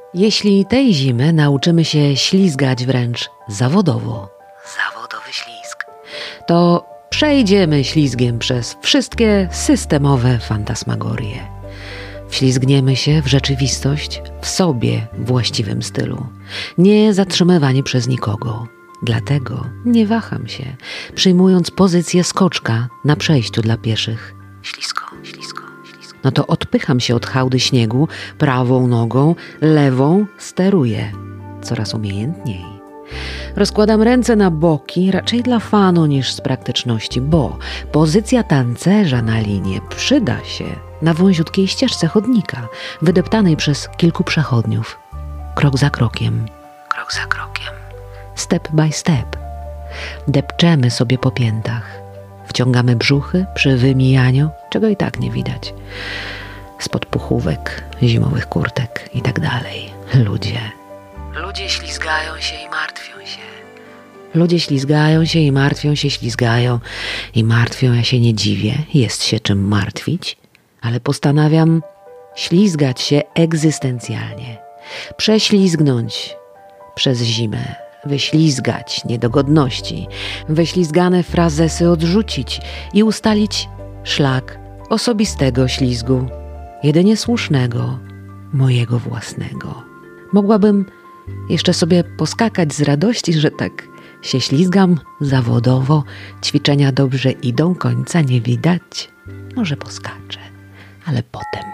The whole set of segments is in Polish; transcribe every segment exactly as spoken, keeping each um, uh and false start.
Jeśli tej zimy nauczymy się ślizgać wręcz zawodowo, zawodowy ślizg, to przejdziemy ślizgiem przez wszystkie systemowe fantasmagorie. Wślizgniemy się w rzeczywistość w sobie właściwym stylu, nie zatrzymywani przez nikogo. Dlatego nie waham się, przyjmując pozycję skoczka na przejściu dla pieszych. Ślisko, ślisko, ślisko. No to odpycham się od hałdy śniegu, prawą nogą, lewą steruję. Coraz umiejętniej. Rozkładam ręce na boki, raczej dla fanu niż z praktyczności, bo pozycja tancerza na linie przyda się na wąziutkiej ścieżce chodnika, wydeptanej przez kilku przechodniów. Krok za krokiem, krok za krokiem, step by step. Depczemy sobie po piętach, wciągamy brzuchy przy wymijaniu, czego i tak nie widać, spod puchówek, zimowych kurtek i tak dalej. Ludzie. Ludzie ślizgają się i martwią się. Ludzie ślizgają się i martwią się, ślizgają i martwią. Ja się nie dziwię, jest się czym martwić, ale postanawiam ślizgać się egzystencjalnie. Prześlizgnąć przez zimę, wyślizgać niedogodności, wyślizgane frazesy odrzucić i ustalić szlak osobistego ślizgu, jedynie słusznego, mojego własnego. Mogłabym jeszcze sobie poskakać z radości, że tak się ślizgam zawodowo, ćwiczenia dobrze idą, końca nie widać. Może poskaczę, ale potem.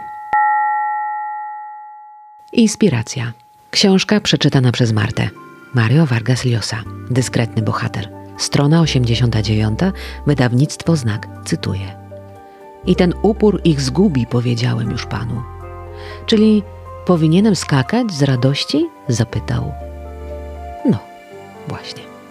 Inspiracja. Książka przeczytana przez Martę. Mario Vargas Llosa. Dyskretny bohater. Strona osiemdziesiąta dziewiąta. Wydawnictwo Znak. Cytuję. I ten upór ich zgubi, powiedziałem już panu. Czyli powinienem skakać z radości? Zapytał. No, właśnie.